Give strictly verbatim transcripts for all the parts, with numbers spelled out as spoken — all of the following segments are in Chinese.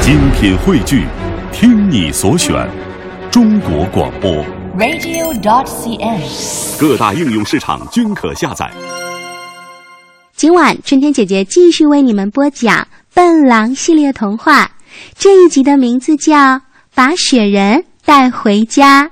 精品汇聚，听你所选，中国广播 radio dot c n， 各大应用市场均可下载。 今晚春天姐姐继续为你们播讲笨狼系列童话，这一集的名字叫《把雪人带回家》。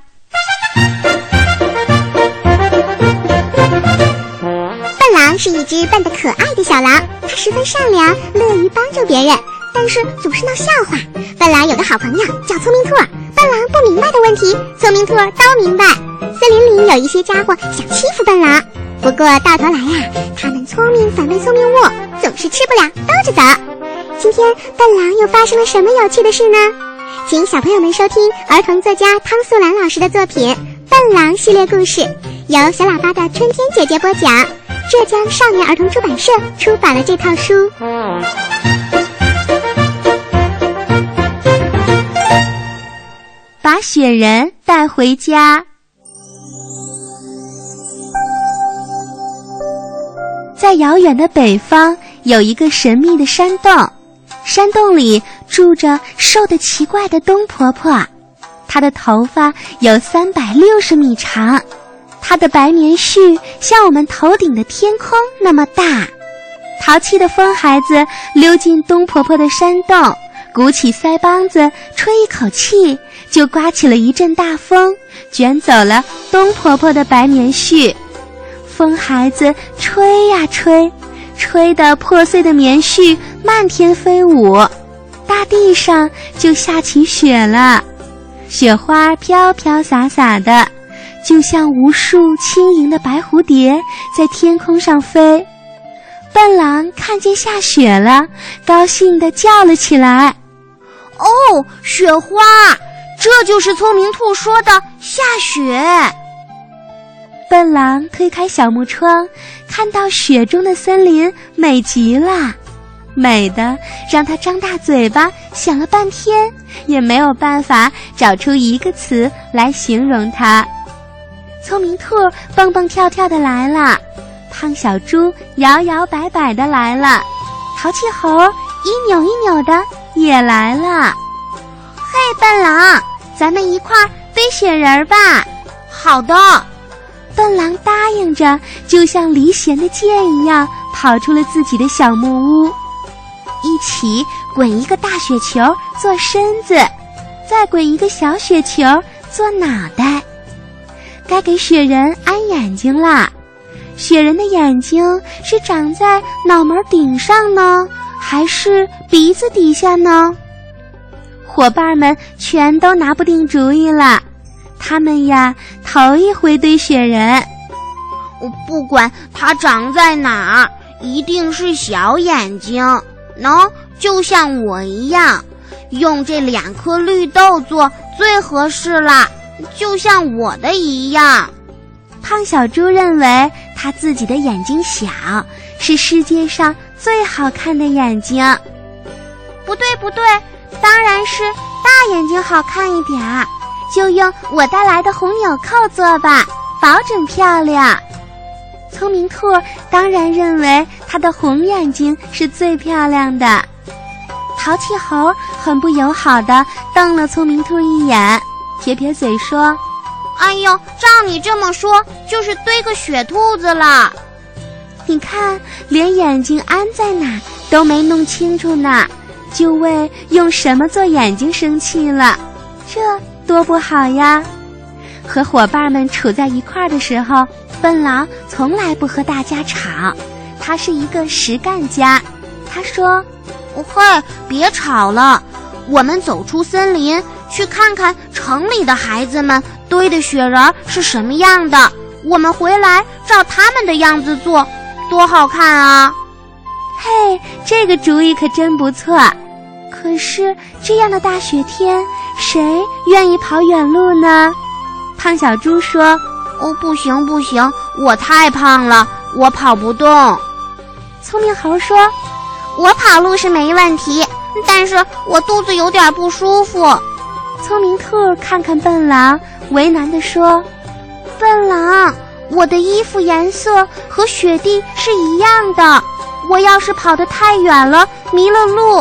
笨狼是一只笨得可爱的小狼，它十分善良，乐于帮助别人，但是总是闹笑话。笨狼有个好朋友叫聪明兔，笨狼不明白的问题，聪明兔都明白。森林里有一些家伙想欺负笨狼，不过到头来呀、啊，他们聪明反被聪明误，总是吃不了兜着走。今天笨狼又发生了什么有趣的事呢？请小朋友们收听儿童作家汤素兰老师的作品《笨狼系列故事》，由小喇叭的春天姐姐播讲。浙江少年儿童出版社出版了这套书。 把雪人带回家。在遥远的北方，有一个神秘的山洞，山洞里住着瘦得奇怪的冬婆婆，她的头发有三百六十米长，她的白棉絮像我们头顶的天空那么大。淘气的疯孩子溜进冬婆婆的山洞，鼓起腮帮子吹一口气，就刮起了一阵大风，卷走了冬婆婆的白棉絮。疯孩子吹呀吹，吹得破碎的棉絮漫天飞舞，大地上就下起雪了，雪花飘飘洒洒的，就像无数轻盈的白蝴蝶在天空上飞。笨狼看见下雪了，高兴地叫了起来： 哦，雪花，这就是聪明兔说的下雪。 笨狼推开小木窗，看到雪中的森林美极了，美得让他张大嘴巴想了半天，也没有办法找出一个词来形容它。聪明兔蹦蹦跳跳的来了，胖小猪摇摇摆摆的来了，淘气猴一扭一扭的也来了。 嘿，笨狼，咱们一块儿堆雪人吧。好的。 笨狼答应着，就像离弦的箭一样跑出了自己的小木屋，一起滚一个大雪球做身子，再滚一个小雪球做脑袋。该给雪人安眼睛啦，雪人的眼睛是长在脑门顶上呢，还是鼻子底下呢？伙伴们全都拿不定主意了，他们呀头一回堆雪人。 不管它长在哪儿，一定是小眼睛，喏，就像我一样，用这两颗绿豆做最合适啦，就像我的一样。 胖小猪认为他自己的眼睛小，是世界上最好看的眼睛。 不对不对，当然是大眼睛好看一点儿， 就用我带来的红纽扣做吧，保准漂亮。聪明兔当然认为他的红眼睛是最漂亮的。淘气猴很不友好地瞪了聪明兔一眼，撇撇嘴说： 哎呦，照你这么说，就是堆个雪兔子了。 你看，连眼睛安在哪都没弄清楚呢，就为用什么做眼睛生气了，这多不好呀！和伙伴们处在一块儿的时候，笨狼从来不和大家吵，他是一个实干家。他说： 嘿，别吵了，我们走出森林，去看看城里的孩子们堆的雪人是什么样的，我们回来照他们的样子做，多好看啊！ 嘿，这个主意可真不错。可是这样的大雪天，谁愿意跑远路呢？胖小猪说： 哦，不行不行，我太胖了，我跑不动。 聪明猴说： 我跑路是没问题，但是我肚子有点不舒服。 聪明兔看看笨狼，为难地说： 笨狼，我的衣服颜色和雪地是一样的，我要是跑得太远了，迷了路，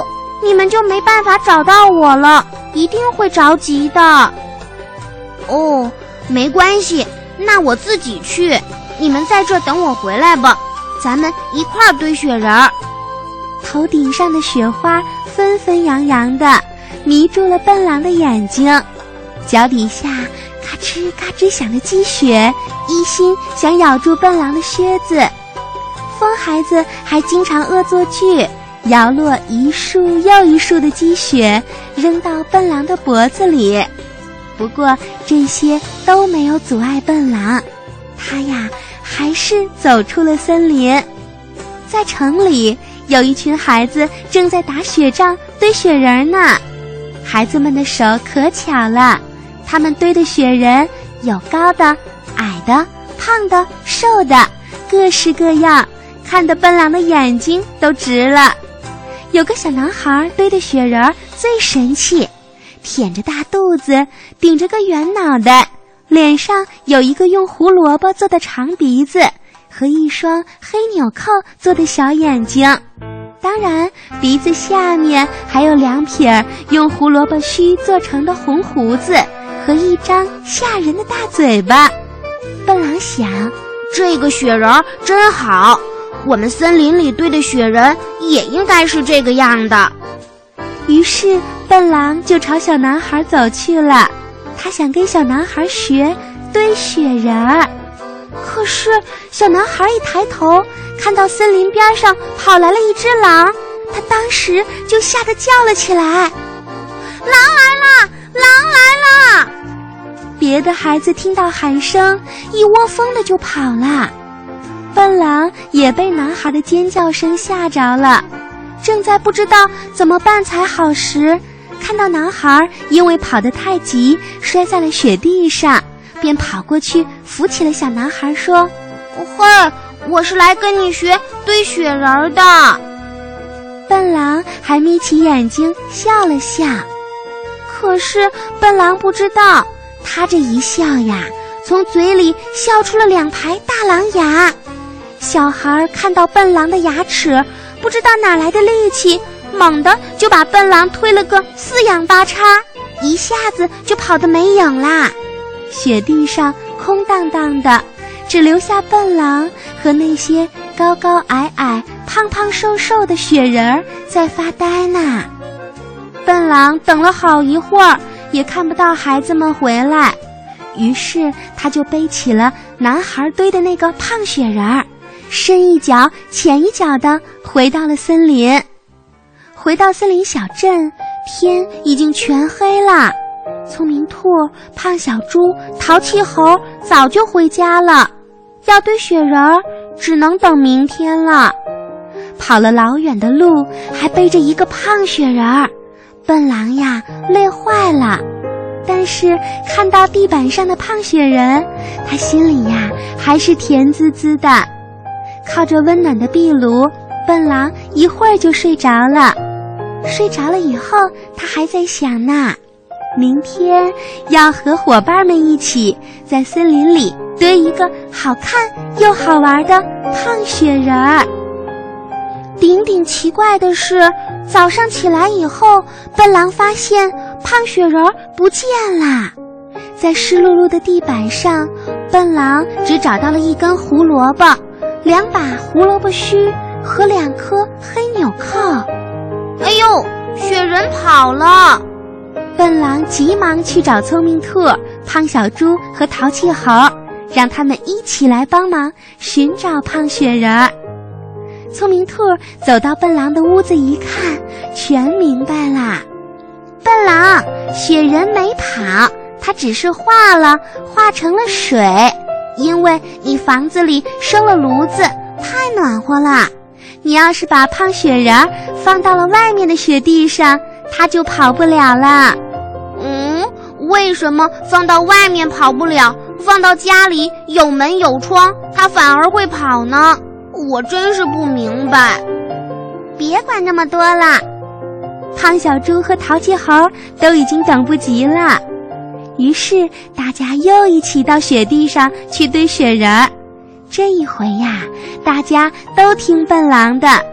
你们就没办法找到我了，一定会着急的。哦，没关系，那我自己去，你们在这等我回来吧，咱们一块儿堆雪人儿。 头顶上的雪花纷纷扬扬的，迷住了笨狼的眼睛。脚底下咔吱咔吱响的积雪，一心想咬住笨狼的靴子。疯孩子还经常恶作剧，摇落一束又一束的积雪，扔到笨狼的脖子里。不过这些都没有阻碍笨狼，他呀还是走出了森林。在城里，有一群孩子正在打雪仗堆雪人呢。孩子们的手可巧了，他们堆的雪人有高的、矮的、胖的、瘦的，各式各样，看得笨狼的眼睛都直了。有个小男孩堆的雪人最神气，腆着大肚子，顶着个圆脑袋，脸上有一个用胡萝卜做的长鼻子和一双黑纽扣做的小眼睛。当然，鼻子下面还有两撇用胡萝卜须做成的红胡子和一张吓人的大嘴巴。笨狼想， 这个雪人真好，我们森林里堆的雪人也应该是这个样的。 于是笨狼就朝小男孩走去了，他想跟小男孩学堆雪人儿。可是小男孩一抬头，看到森林边上跑来了一只狼，他当时就吓得叫了起来：狼来了，狼来了！别的孩子听到喊声，一窝蜂的就跑了。笨狼也被男孩的尖叫声吓着了，正在不知道怎么办才好时，看到男孩因为跑得太急摔在了雪地上，便跑过去扶起了小男孩，说： 嘿，我是来跟你学堆雪人的。 笨狼还眯起眼睛笑了笑，可是笨狼不知道，他这一笑呀，从嘴里笑出了两排大狼牙。小孩看到笨狼的牙齿，不知道哪来的力气，猛地就把笨狼推了个四仰八叉，一下子就跑得没影啦。雪地上空荡荡的，只留下笨狼和那些高高矮矮、胖胖瘦瘦的雪人儿在发呆呢。笨狼等了好一会儿，也看不到孩子们回来，于是他就背起了男孩堆的那个胖雪人儿，深一脚浅一脚地回到了森林。回到森林小镇，天已经全黑了。聪明兔、胖小猪、淘气猴早就回家了，要堆雪人儿只能等明天了。跑了老远的路，还背着一个胖雪人儿，笨狼呀累坏了。但是看到地板上的胖雪人，他心里呀还是甜滋滋的。靠着温暖的壁炉，笨狼一会儿就睡着了。睡着了以后，他还在想呢，明天要和伙伴们一起在森林里堆一个好看又好玩的胖雪人儿。顶顶奇怪的是，早上起来以后，笨狼发现胖雪人儿不见了。在湿漉漉的地板上，笨狼只找到了一根胡萝卜，两把胡萝卜须和两颗黑纽扣。 哎呦，雪人跑了！ 笨狼急忙去找聪明兔、胖小猪和淘气猴，让他们一起来帮忙寻找胖雪人儿。聪明兔走到笨狼的屋子一看，全明白啦。笨狼，雪人没跑，它只是化了，化成了水，因为你房子里生了炉子，太暖和了。你要是把胖雪人儿放到了外面的雪地上，它就跑不了了。 嗯，为什么放到外面跑不了，放到家里有门有窗，它反而会跑呢？我真是不明白。 别管那么多了， 胖小猪和淘气猴都已经等不及了。于是大家又一起到雪地上去堆雪人儿。这一回呀，大家都听笨狼的，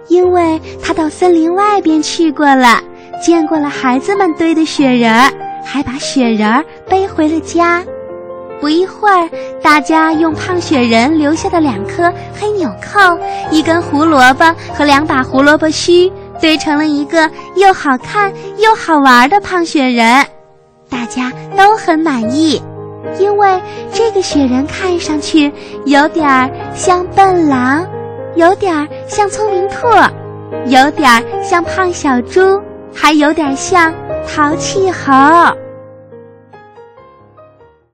因为他到森林外边去过了，见过了孩子们堆的雪人儿，还把雪人儿背回了家。不一会儿，大家用胖雪人留下的两颗黑纽扣、一根胡萝卜和两把胡萝卜须堆成了一个又好看又好玩的胖雪人。大家都很满意，因为这个雪人看上去有点儿像笨狼，有点儿像聪明兔，有点儿像胖小猪，还有点像淘气猴。